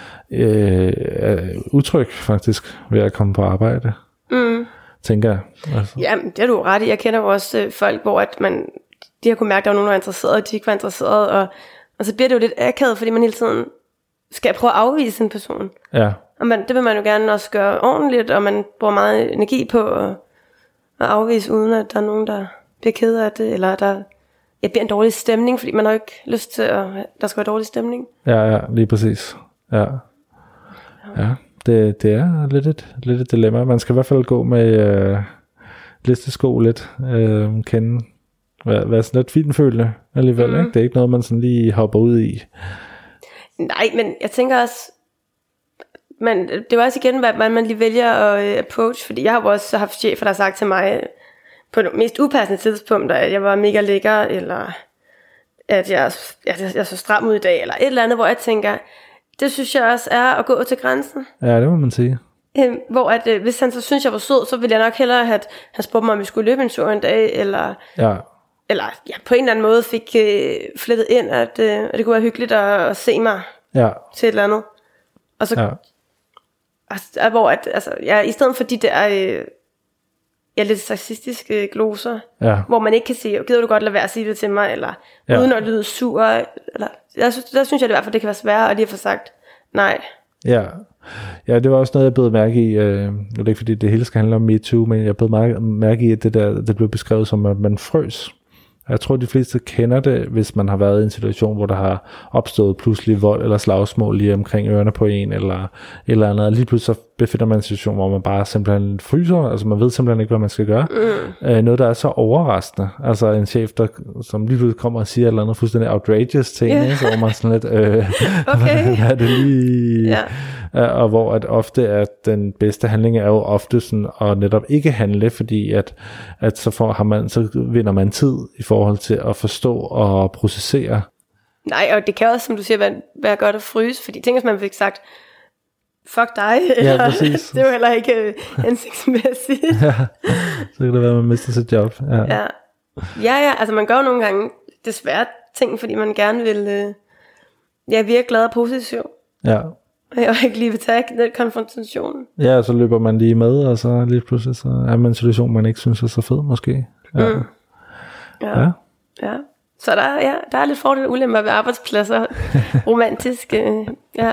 Øh, utryg faktisk ved at komme på arbejde, mm. tænker jeg. Altså. Ja, det er du ret i. Jeg kender jo også øh, folk, hvor at man, de har kunnet mærke, at der var nogen, der var interesseret, og de ikke var interesseret, og, og så bliver det jo lidt akavet, fordi man hele tiden skal prøve at afvise en person. Ja. Og man, det vil man jo gerne også gøre ordentligt, og man bruger meget energi på at, at afvise, uden at der er nogen, der bliver ked af det, eller der ja, bliver en dårlig stemning, fordi man har jo ikke lyst til, at der skal være dårlig stemning. Ja, ja, lige præcis. Ja. Ja, det, det er lidt et, lidt et dilemma. Man skal i hvert fald gå med øh, listesko lidt, øh, kende, være, være sådan lidt finfølende alligevel, mm. ikke? Det er ikke noget, man sådan lige hopper ud i. Nej, men jeg tænker også, men det var også igen, hvad man lige vælger at uh, approach, fordi jeg har jo også haft chefer, der har sagt til mig, på det mest upassende tidspunkt, at jeg var mega lækker, eller at jeg, jeg, jeg så stram ud i dag, eller et eller andet, hvor jeg tænker, det synes jeg også er at gå til grænsen. Ja, det må man sige. Øhm, hvor at, øh, hvis han så synes, jeg var sød, så ville jeg nok hellere have, at han spurgte mig, om vi skulle løbe en tur en dag, eller, ja. eller ja, på en eller anden måde fik øh, flettet ind, at, øh, at det kunne være hyggeligt at, at se mig ja. til et eller andet. Og så, ja. altså, hvor at, altså, ja, i stedet for de der øh, ja, lidt sexistiske gloser, ja. hvor man ikke kan sige, gider du godt lade være at sige det til mig, eller ja. uden at lyde sur, eller, der, der synes jeg det i hvert fald, det kan være sværere at lige få sagt nej. Ja, ja, det var også noget, jeg blev mærke i, øh, det er ikke fordi det hele skal handle om MeToo, men jeg blev mærke i, at det der, det blev beskrevet som, at man frøs. Jeg tror, de fleste kender det, hvis man har været i en situation, hvor der har opstået pludselig vold eller slagsmål lige omkring ørerne på en, eller eller andet, og lige pludselig så befinder man i en situation, hvor man bare simpelthen fryser, altså man ved simpelthen ikke, hvad man skal gøre. Mm. Øh, noget, der er så overraskende. Altså en chef, der som lige pludselig kommer og siger et eller andet fuldstændig outrageous ting, yeah. ikke? Så hvor man sådan lidt, øh, okay. hvad er det lige... Yeah. Og hvor at ofte at den bedste handling er jo ofte sådan at netop ikke handle, fordi at, at så, får, har man, så vinder man tid i forhold til at forstå og processere. Nej, og det kan også, som du siger, være, være godt at fryse, fordi tænk, hvis man fik sagt, fuck dig, ja, præcis. Det er jo heller ikke uh, hensigtsmæssigt. Ja, så kan det være, at man mister sit job. Ja. Ja. ja, ja, altså man gør jo nogle gange desværre ting, fordi man gerne vil uh, ja, virke glad og positiv. Ja. Og jeg ikke lige vil tage den konfrontation. Ja, så løber man lige med, og så lige pludselig så er man en situation, man ikke synes er så fed, måske. Ja. Mm. Ja. ja. ja. Så der, ja, der er lidt fordele og ulemper ved arbejdspladser. Romantiske, ja,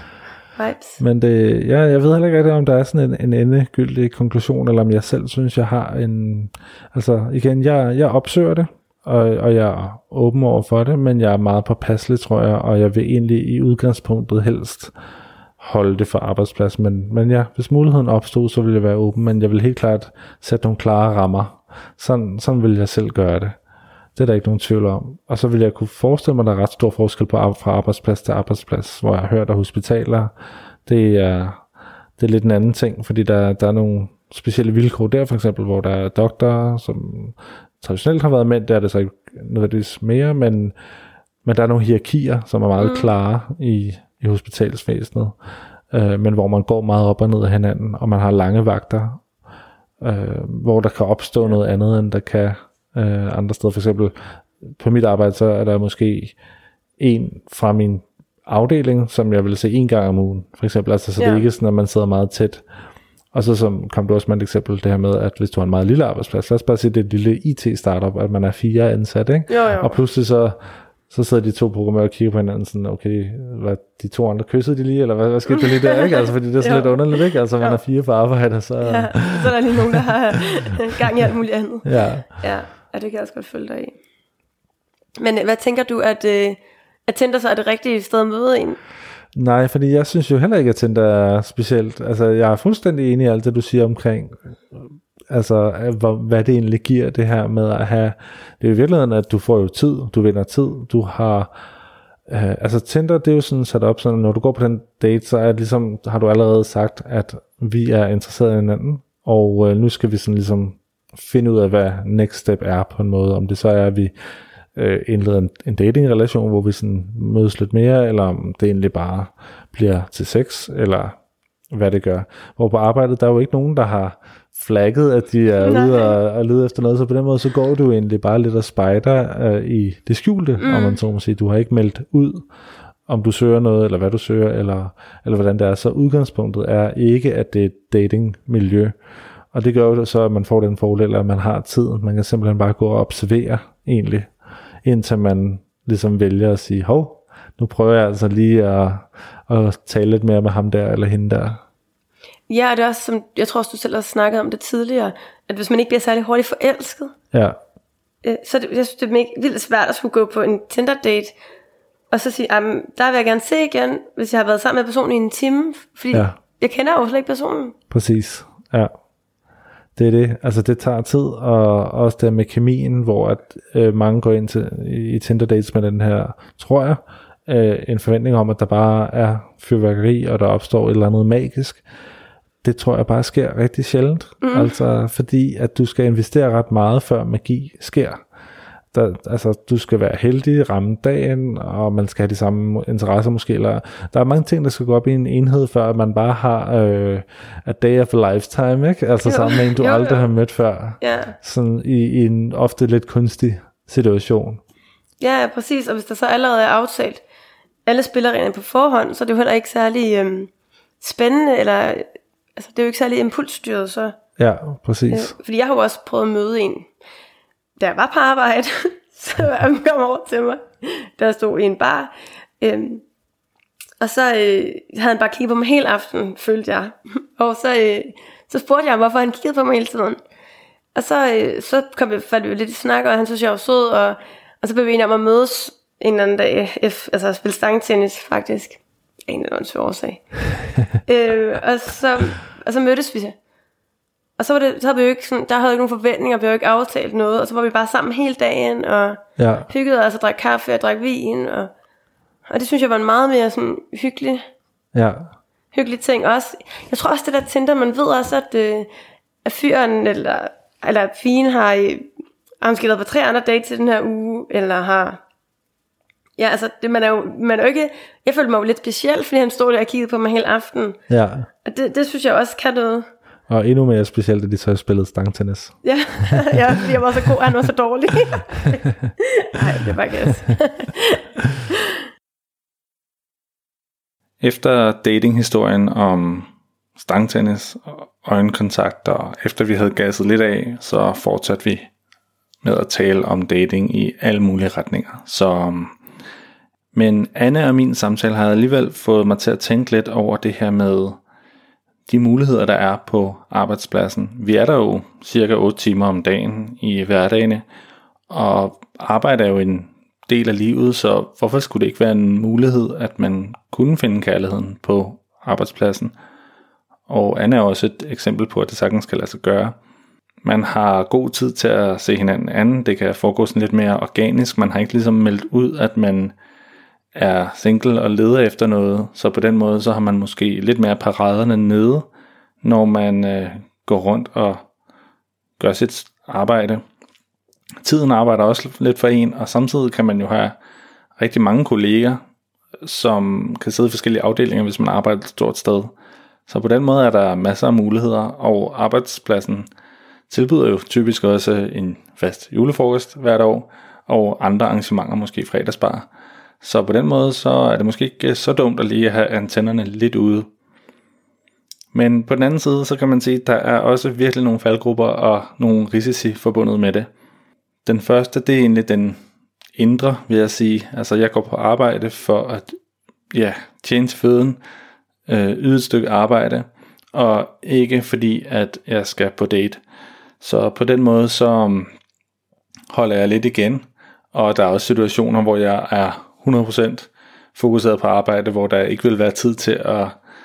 vibes. Men det, ja, jeg ved heller ikke rigtig, om der er sådan en, en endegyldig konklusion, eller om jeg selv synes, jeg har en... Altså igen, jeg, jeg opsøger det, og, og jeg er åben over for det, men jeg er meget påpasselig, tror jeg, og jeg vil egentlig i udgangspunktet helst holde det for arbejdsplads. Men, men ja, hvis muligheden opstod, så vil jeg være åben, men jeg vil helt klart sætte nogle klare rammer. Sådan, sådan vil jeg selv gøre det. Det er der ikke nogen tvivl om. Og så vil jeg kunne forestille mig, at der er ret stor forskel på fra arbejdsplads til arbejdsplads, hvor jeg har hørt, at hospitaler, det er, det er lidt en anden ting, fordi der, der er nogle specielle vilkår der, for eksempel, hvor der er doktorer, som traditionelt har været mænd, der er det så ikke nødvendigvis mere, men, men der er nogle hierarkier, som er meget mm. klare i, i hospitalsvæsenet, øh, men hvor man går meget op og ned af hinanden, og man har lange vagter, øh, hvor der kan opstå noget andet, end der kan øh, andre steder. For eksempel på mit arbejde, så er der måske en fra min afdeling, som jeg vil se en gang om ugen, for eksempel, altså så ja. Det er ikke sådan, at man sidder meget tæt. Og så som kom du også med et eksempel, det her med, at hvis du har en meget lille arbejdsplads, lad os bare sige, det er et lille I T-startup, at man er fire ansat, ikke? Jo, jo. Og pludselig så, så sidder de to programmører og kigger på hinanden sådan, okay, hvad, de to andre kyssede de lige, eller hvad, hvad skete der lige der, ikke? Altså, fordi det er sådan lidt underligt, ikke? Altså, man jo. Er fire på arbejde, så... Ja, så er der lige nogen, der har gang i alt muligt andet. Ja. Ja, ja, det kan jeg også godt følge dig i. Men hvad tænker du, at, at Tinder så er det rigtige sted at møde en? Nej, fordi jeg synes jo heller ikke, at Tinder er specielt. Altså, jeg er fuldstændig enig i alt det, du siger omkring, altså, hvad, hvad det egentlig giver, det her med at have, det er i virkeligheden, at du får jo tid, du vinder tid, du har, øh, altså Tinder, det er jo sådan sat op, sådan, når du går på den date, så er det ligesom, har du allerede sagt, at vi er interesseret i hinanden, og øh, nu skal vi sådan ligesom finde ud af, hvad next step er på en måde, om det så er, at vi øh, indleder en, en dating-relation, hvor vi sådan mødes lidt mere, eller om det egentlig bare bliver til sex, eller hvad det gør. Hvor på arbejdet, der er jo ikke nogen, der har flagget, at de er Nej. ude og, og lede efter noget, så på den måde, så går du egentlig bare lidt og spejder øh, i det skjulte, mm. om man så må sige. Du har ikke meldt ud, om du søger noget, eller hvad du søger, eller, eller hvordan det er. Så udgangspunktet er ikke, at det er et datingmiljø. Og det gør jo så, at man får den fordel, at man har tid. Man kan simpelthen bare gå og observere, egentlig, indtil man ligesom vælger at sige, hov, nu prøver jeg altså lige at, at tale lidt mere med ham der, eller hende der. Ja, og det er også, som jeg tror også, du selv har snakket om det tidligere, at hvis man ikke bliver særlig hurtigt forelsket, ja. øh, så det, jeg synes, det er vildt svært at skulle gå på en Tinder-date, og så sige, der vil jeg gerne se igen, hvis jeg har været sammen med personen i en time, fordi ja. Jeg kender jo slet ikke personen. Præcis, ja. Det er det, altså det tager tid, og også det med kemien, hvor at øh, mange går ind til, i Tinder dates med den her, tror jeg, øh, en forventning om, at der bare er fyrværkeri, og der opstår et eller andet magisk. Det tror jeg bare sker rigtig sjældent, mm. altså fordi at du skal investere ret meget, før magi sker. Der, altså du skal være heldig, ramme dagen, og man skal have de samme interesser måske, eller der er mange ting, der skal gå op i en enhed, før man bare har øh, a day of a lifetime, ikke? Altså jo. Sammen med en, du jo, aldrig jo. Har mødt før, ja. Sådan i, i en ofte lidt kunstig situation. Ja, præcis, og hvis der så allerede er aftalt alle spillereglerne på forhånd, så er det jo heller ikke særlig øhm, spændende, eller altså det er jo ikke særlig impulsstyret, så. Ja, præcis. Øh, fordi jeg har jo også prøvet at møde en, da jeg var på arbejde, så han kom over til mig, der stod i en bar, øhm, og så øh, havde han bare kigget på mig hele aften, følte jeg, og så, øh, så spurgte jeg ham, hvorfor han kiggede på mig hele tiden, og så, øh, så kom vi, faldt vi lidt i snak, og han synes, jeg var sød, og, og så blev vi enige om at mødes en eller anden dag, F, altså at spille stangtennis faktisk, af en eller anden årsag. øh, og, så, og så mødtes vi. Og så var det, så havde vi jo ikke sådan, der havde jo ikke nogen forventninger, vi havde jo ikke aftalt noget, og så var vi bare sammen hele dagen, og ja. hyggede os og drak kaffe og drak vin, og, og det synes jeg var en meget mere sådan hyggelig, ja. hyggelig ting også. Jeg tror også det der Tinder, man ved også, at, øh, at fyren, eller, eller pigen har, har måske været på tre andre dates i den her uge, eller har, ja altså, det, man, er jo, man er jo ikke, jeg følte mig jo lidt speciel, fordi han stod der og kiggede på mig hele aften, ja. Og det, det synes jeg også kan noget. Og endnu mere specielt, at de så har spillet stangtennis. Ja, ja, fordi jeg var så god, og han var så dårlig. Nej, det var gas. Efter datinghistorien om stangtennis og øjenkontakt, og efter vi havde gasset lidt af, så fortsatte vi med at tale om dating i alle mulige retninger. Så, men Anne og min samtale har alligevel fået mig til at tænke lidt over det her med de muligheder, der er på arbejdspladsen. Vi er der jo cirka otte timer om dagen i hverdagene, og arbejde er jo en del af livet, så hvorfor skulle det ikke være en mulighed, at man kunne finde kærligheden på arbejdspladsen? Og Anne er også et eksempel på, at det sagtens kan lade sig gøre. Man har god tid til at se hinanden anden, det kan foregå sådan lidt mere organisk, man har ikke ligesom meldt ud, at man er single og leder efter noget, så på den måde så har man måske lidt mere paraderne nede, når man øh, går rundt og gør sit arbejde. Tiden arbejder også lidt for en, og samtidig kan man jo have rigtig mange kolleger, som kan sidde i forskellige afdelinger, hvis man arbejder et stort sted. Så på den måde er der masser af muligheder, og arbejdspladsen tilbyder jo typisk også en fast julefrokost hvert år, og andre arrangementer, måske fredagsbar. Så på den måde, så er det måske ikke så dumt at lige have antennerne lidt ude. Men på den anden side, så kan man sige, at der er også virkelig nogle faldgrupper og nogle risici forbundet med det. Den første, det er egentlig den indre, vil jeg sige. Altså jeg går på arbejde for at ja, tjene til føden, øh, yde et stykke arbejde, og ikke fordi, at jeg skal på date. Så på den måde, så holder jeg lidt igen, og der er også situationer, hvor jeg er hundrede procent fokuseret på arbejde, hvor der ikke vil være tid til at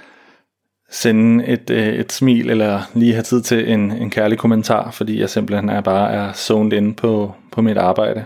sende et, et smil, eller lige have tid til en, en kærlig kommentar, fordi jeg simpelthen er bare er zoned inde på, på mit arbejde.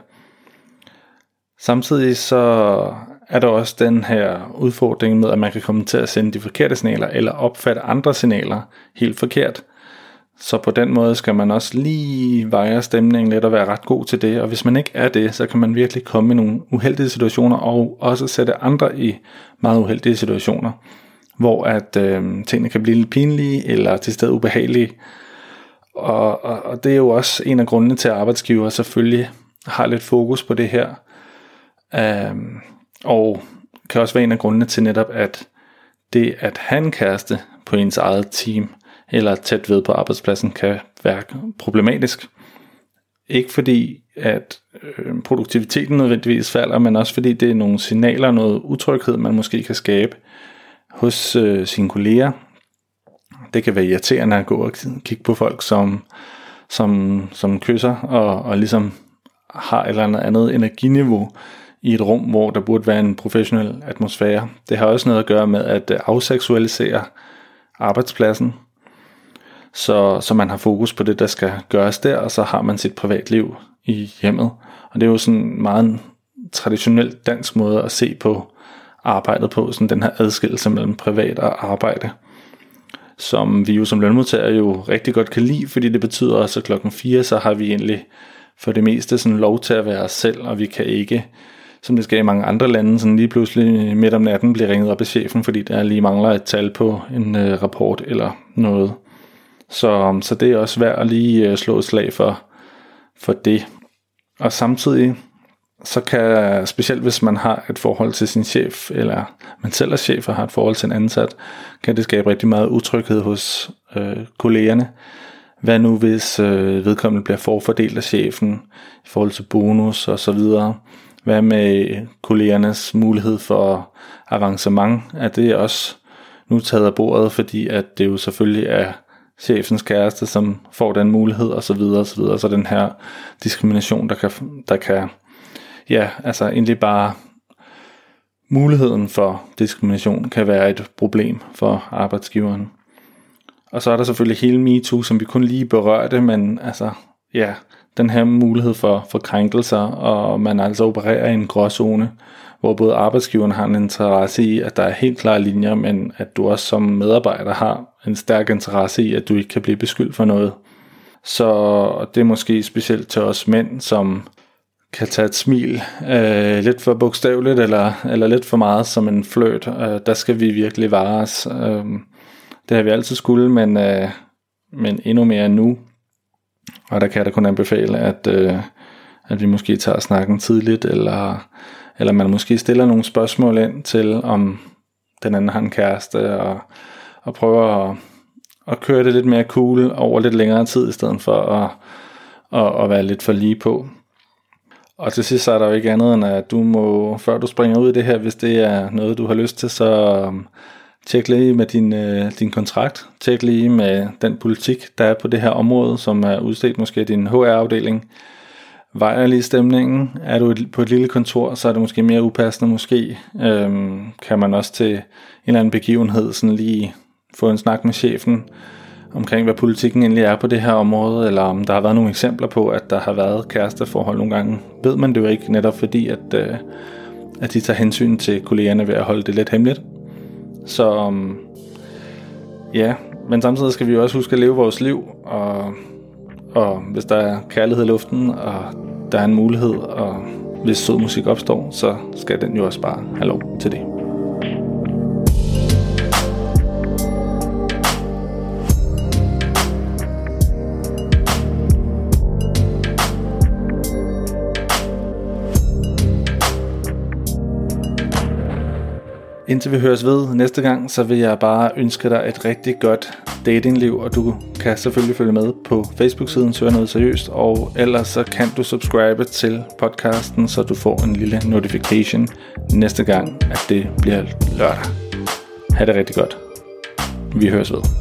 Samtidig så er der også den her udfordring med, at man kan komme til at sende de forkerte signaler, eller opfatte andre signaler helt forkert. Så på den måde skal man også lige veje stemningen lidt og være ret god til det. Og hvis man ikke er det, så kan man virkelig komme i nogle uheldige situationer, og også sætte andre i meget uheldige situationer, hvor at øh, tingene kan blive lidt pinlige, eller til stedet ubehagelige. Og, og, og det er jo også en af grundene til, at arbejdsgiver selvfølgelig har lidt fokus på det her. Øh, og kan også være en af grundene til netop, at det at have en kæreste på ens eget team, eller tæt ved på arbejdspladsen, kan være problematisk. Ikke fordi, at øh, produktiviteten nødvendigvis falder, men også fordi det er nogle signaler, noget utryghed, man måske kan skabe hos øh, sine kolleger. Det kan være irriterende at gå og kigge på folk, som, som, som kysser, og, og ligesom har et eller andet andet energiniveau i et rum, hvor der burde være en professionel atmosfære. Det har også noget at gøre med at afseksualisere arbejdspladsen, så, så man har fokus på det, der skal gøres der, og så har man sit privatliv i hjemmet. Og det er jo sådan en meget traditionel dansk måde at se på arbejdet på, sådan den her adskillelse mellem privat og arbejde, som vi jo som lønmodtagere jo rigtig godt kan lide, fordi det betyder også, at klokken fire, så har vi egentlig for det meste sådan lov til at være os selv, og vi kan ikke, som det skal i mange andre lande, sådan lige pludselig midt om natten blive ringet op af chefen, fordi der lige mangler et tal på en øh, rapport eller noget. Så, så det er også værd at lige øh, slå et slag for, for det. Og samtidig, så kan, specielt hvis man har et forhold til sin chef, eller man selv er chef og har et forhold til en ansat, kan det skabe rigtig meget utryghed hos øh, kollegerne. Hvad nu hvis øh, vedkommende bliver forfordelt af chefen i forhold til bonus og så videre? Hvad med kollegernes mulighed for avancement? Er det også nu taget af bordet, fordi at det jo selvfølgelig er chefens kæreste, som får den mulighed og så videre og så videre. Så den her diskrimination, der kan, der kan ja, altså egentlig bare muligheden for diskrimination kan være et problem for arbejdsgiveren. Og så er der selvfølgelig hele MeToo, som vi kun lige berørte, men altså, ja, den her mulighed for, for krænkelser, og man altså opererer i en gråzone, hvor både arbejdsgiveren har en interesse i, at der er helt klare linjer, men at du også som medarbejder har en stærk interesse i, at du ikke kan blive beskyldt for noget. Så det er måske specielt til os mænd, som kan tage et smil øh, lidt for bogstaveligt, eller, eller lidt for meget som en fløjt. Øh, der skal vi virkelig vare os. Øh, det har vi altid skulle, men, øh, men endnu mere nu. Og der kan jeg da kun anbefale, at, øh, at vi måske tager snakken tidligt, eller, eller man måske stiller nogle spørgsmål ind til, om den anden har en kæreste, og, og prøver at, at køre det lidt mere cool over lidt længere tid, i stedet for at, at, at være lidt for lige på. Og til sidst så er der jo ikke andet end, at du må, før du springer ud i det her, hvis det er noget, du har lyst til, så um, tjek lige med din, uh, din kontrakt. Tjek lige med den politik, der er på det her område, som er udstedt måske af din H R-afdeling. Vejer lige stemningen. Er du på et lille kontor, så er det måske mere upassende. Måske øhm, kan man også til en eller anden begivenhed sådan lige få en snak med chefen omkring, hvad politikken egentlig er på det her område, eller om der har været nogle eksempler på, at der har været kæresteforhold nogle gange. Ved man det jo ikke, netop fordi, at, øh, at de tager hensyn til kollegerne ved at holde det lidt hemmeligt. Så um, ja, men samtidig skal vi jo også huske at leve vores liv, og, og hvis der er kærlighed i luften, og der er en mulighed, og hvis sød musik opstår, så skal den jo også bare have lov til det. Indtil vi høres ved næste gang, så vil jeg bare ønske dig et rigtig godt datingliv, og du kan selvfølgelig følge med på Facebook-siden Søger Noget Seriøst, og ellers så kan du subscribe til podcasten, så du får en lille notification næste gang, at det bliver lørdag. Ha' det rigtig godt. Vi høres ved.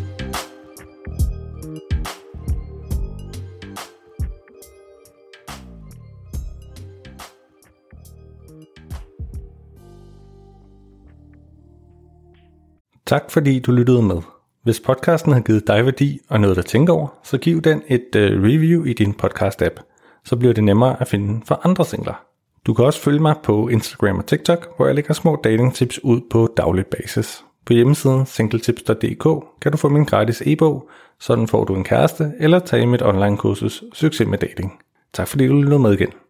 Tak fordi du lyttede med. Hvis podcasten har givet dig værdi og noget at tænke over, så giv den et uh, review i din podcast-app. Så bliver det nemmere at finde for andre singler. Du kan også følge mig på Instagram og TikTok, hvor jeg lægger små datingtips ud på daglig basis. På hjemmesiden singletips punktum d k kan du få min gratis e-bog, sådan får du en kæreste, eller tage mit online kursus Succes med dating. Tak fordi du lyttede med igen.